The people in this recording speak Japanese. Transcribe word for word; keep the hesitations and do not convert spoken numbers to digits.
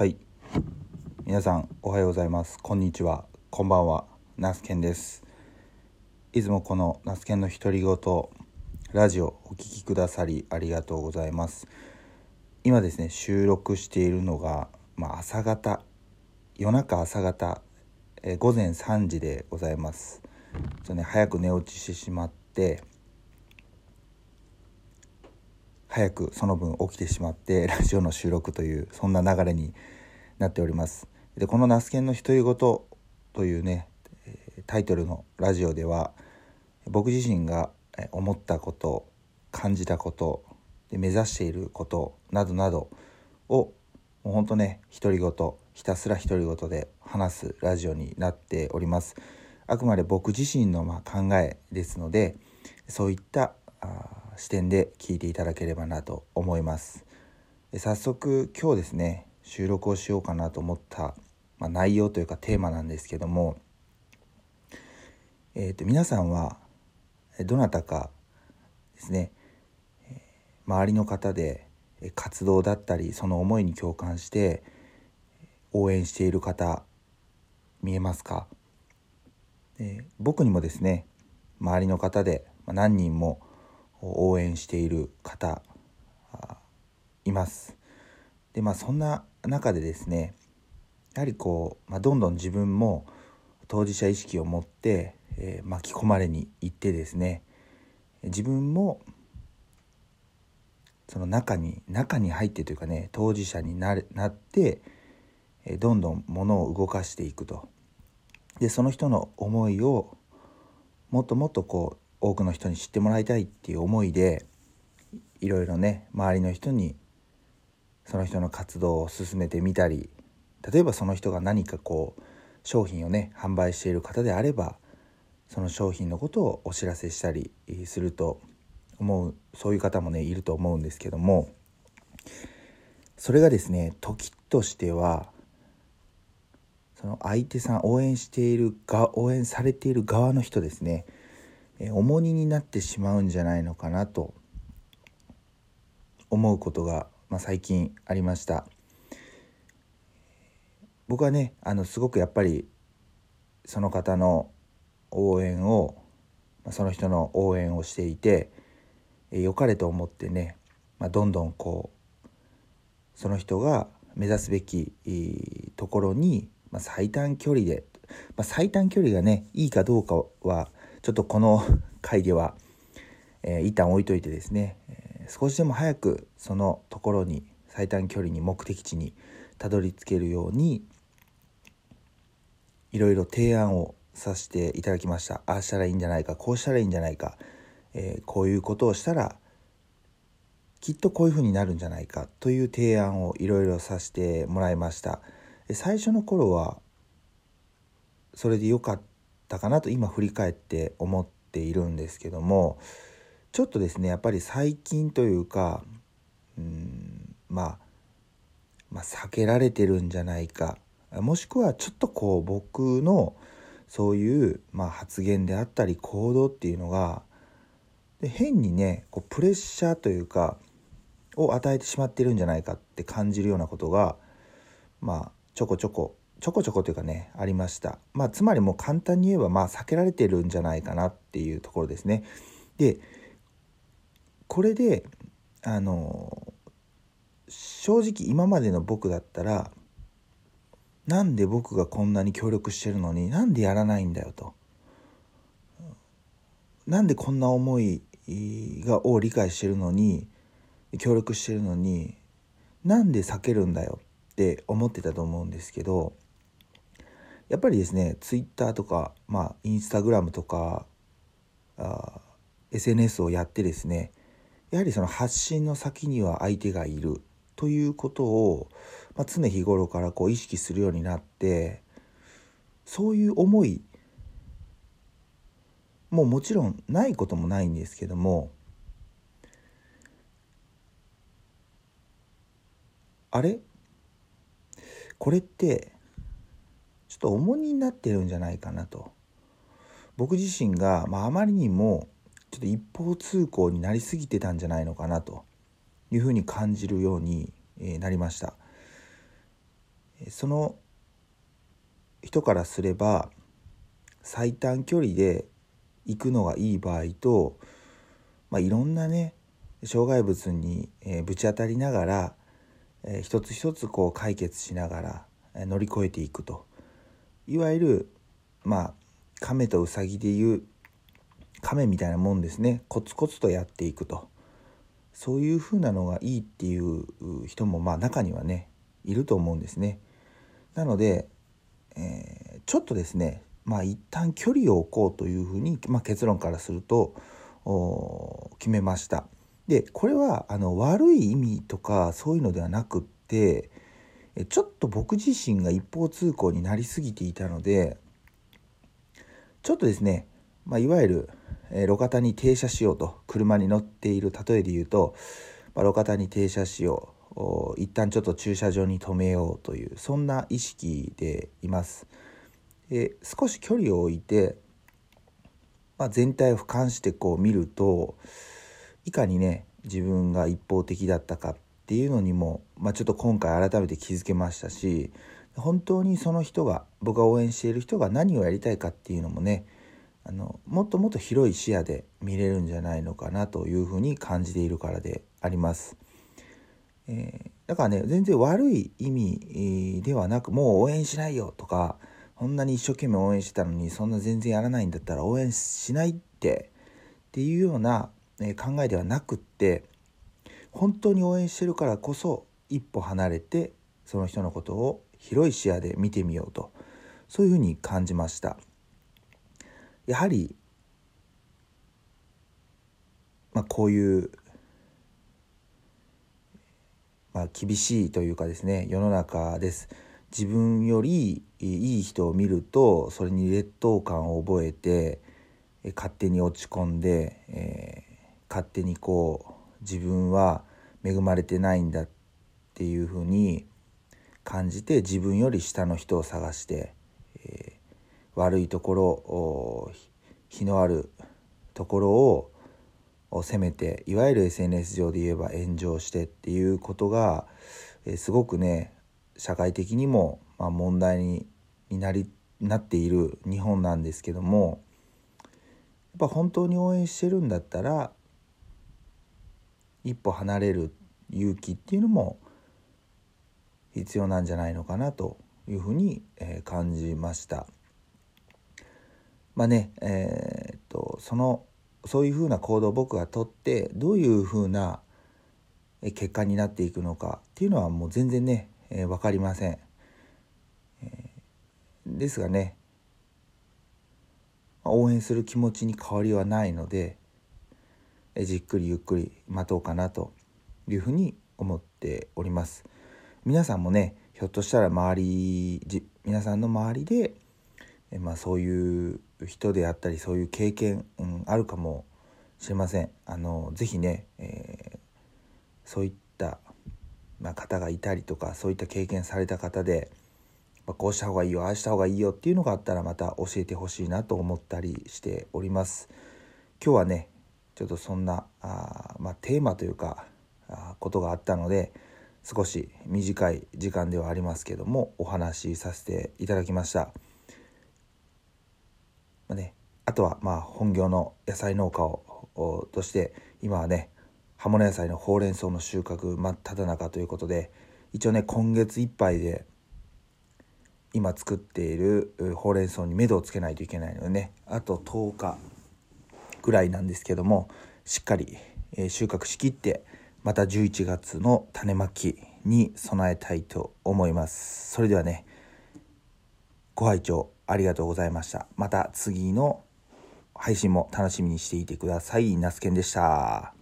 はい、皆さんおはようございます。こんにちは、こんばんは。ナスケンです。いつもこのナスケンの独り言ラジオお聞きくださりありがとうございます。今ですね、収録しているのが、まあ、朝方夜中朝方、えー、午前さんじでございます。ちょっとね、早く寝落ちしてしまって早くその分起きてしまってラジオの収録というそんな流れになっております。でこのナスケンの独り言というねタイトルのラジオでは、僕自身が思ったこと、感じたこと、で目指していることなどなどをもうほんとね独り言、ひたすら独り言で話すラジオになっております。あくまで僕自身のまあ考えですので、そういったあ視点で聞いていただければなと思います。早速今日ですね収録をしようかなと思った、まあ、内容というかテーマなんですけども、えー、と皆さんはどなたかですね、周りの方で活動だったりその思いに共感して応援している方見えますか？で僕にもですね周りの方で何人も応援している方います。でまあそんな中でですねやはりこう、まあ、どんどん自分も当事者意識を持って、えー、巻き込まれに行ってですね、自分もその中に中に入ってというかね当事者になるなって、えー、どんどん物を動かしていくと。でその人の思いをもっともっとこう多くの人に知ってもらいたいっていう思いでいろいろね周りの人にその人の活動を進めてみたり、例えばその人が何かこう商品をね販売している方であればその商品のことをお知らせしたりすると思う、そういう方もねいると思うんですけども、それがですね時としてはその相手さん応援しているが応援されている側の人ですね、え重荷になってしまうんじゃないのかなと思うことが、まあ、最近ありました。僕はねあのすごくやっぱりその方の応援をその人の応援をしていて良かれと思ってね、まあ、どんどんこうその人が目指すべきところに、まあ、最短距離で、まあ、最短距離がねいいかどうかはちょっとこの回では、えー、一旦置いといてですね、えー、少しでも早くそのところに最短距離に目的地にたどり着けるようにいろいろ提案をさせていただきました。ああしたらいいんじゃないか、こうしたらいいんじゃないか、えー、こういうことをしたらきっとこういうふうになるんじゃないかという提案をいろいろさせてもらいました。最初の頃はそれで良かったかなと今振り返って思っているんですけども、ちょっとですねやっぱり最近というかうーん、まあ、まあ避けられてるんじゃないか、もしくはちょっとこう僕のそういう、まあ、発言であったり行動っていうのがで変にねこうプレッシャーというかを与えてしまっているんじゃないかって感じるようなことがまあちょこちょこちょこちょこというかねありました。まあつまりもう簡単に言えばまあ避けられてるんじゃないかなっていうところですね。でこれであの正直今までの僕だったらなんで僕がこんなに協力してるのになんでやらないんだよと、なんでこんな思いがを理解してるのに協力してるのになんで避けるんだよって思ってたと思うんですけど、やっぱりですねツイッターとか、まあ、インスタグラムとかあ エスエヌエス をやってですねやはりその発信の先には相手がいるということを、まあ、常日頃からこう意識するようになって、そういう思いももちろんないこともないんですけども、あれこれってちょっと重荷になってるんじゃないかなと、僕自身が、まあ、あまりにもちょっと一方通行になりすぎてたんじゃないのかなというふうに感じるようになりました。 その人からすれば最短距離で行くのがいい場合と、まあ、いろんなね障害物に、えー、ぶち当たりながら、えー、一つ一つこう解決しながら、えー、乗り越えていくと、いわゆるまあ亀とウサギでいう亀みたいなもんですね。コツコツとやっていくと、そういう風なのがいいっていう人もまあ中にはねいると思うんですね。なので、えー、ちょっとですねまあ一旦距離を置こうというふうに、まあ、結論からすると決めました。でこれはあの悪い意味とかそういうのではなくって、ちょっと僕自身が一方通行になりすぎていたので、ちょっとですね、まあ、いわゆる、えー、路肩に停車しようと、車に乗っている例えで言うと、まあ、路肩に停車しよう、一旦ちょっと駐車場に止めようという、そんな意識でいます。で少し距離を置いて、まあ、全体を俯瞰してこう見ると、いかにね自分が一方的だったかっていうのにも、まあ、ちょっと今回改めて気づけましたし、本当にその人が、僕が応援している人が何をやりたいかっていうのもね、あのもっともっと広い視野で見れるんじゃないのかなというふうに感じているからであります。えー、だからね全然悪い意味ではなく、もう応援しないよとか、こんなに一生懸命応援してたのにそんな全然やらないんだったら応援しないってっていうような、えー、考えではなくって、本当に応援してるからこそ一歩離れてその人のことを広い視野で見てみようと、そういうふうに感じました。やはり、まあ、こういう、まあ、厳しいというかですね世の中です。自分よりいい人を見るとそれに劣等感を覚えて、勝手に落ち込んで、えー、勝手にこう自分は恵まれてないんだっていうふうに感じて、自分より下の人を探して、えー、悪いところ、日のあるところを責めて、いわゆる エスエヌエス 上で言えば炎上してっていうことが、えー、すごくね社会的にも、まあ、問題に、になりなっている日本なんですけども、やっぱ本当に応援してるんだったら一歩離れる勇気っていうのも必要なんじゃないのかなというふうに、えー、感じました。まあね、えー、っとそのそういうふうな行動を僕がとってどういうふうな結果になっていくのかっていうのはもう全然ね、えー、分かりません。えー、ですがね、応援する気持ちに変わりはないので、えー、じっくりゆっくり待とうかなというふうに思っております。皆さんもねひょっとしたら周りじ皆さんの周りで、えーまあ、そういう人であったりそういう経験、うん、あるかもしれません。あのぜひね、えー、そういった、まあ、方がいたりとか、そういった経験された方で、まあ、こうした方がいいよああした方がいいよっていうのがあったらまた教えてほしいなと思ったりしております。今日はねちょっとそんなあ、まあ、テーマというかあことがあったので、少し短い時間ではありますけどもお話しさせていただきました。まあね、あとはまあ本業の野菜農家をとして今はね葉物野菜のほうれん草の収穫真っ只中ということで、一応ね今月いっぱいで今作っているほうれん草に目処をつけないといけないのでね、あととおかぐらいなんですけども、しっかり収穫しきってまたじゅういちがつの種まきに備えたいと思います。それではね、ご拝聴ありがとうございました。また次の配信も楽しみにしていてください。ナスケンでした。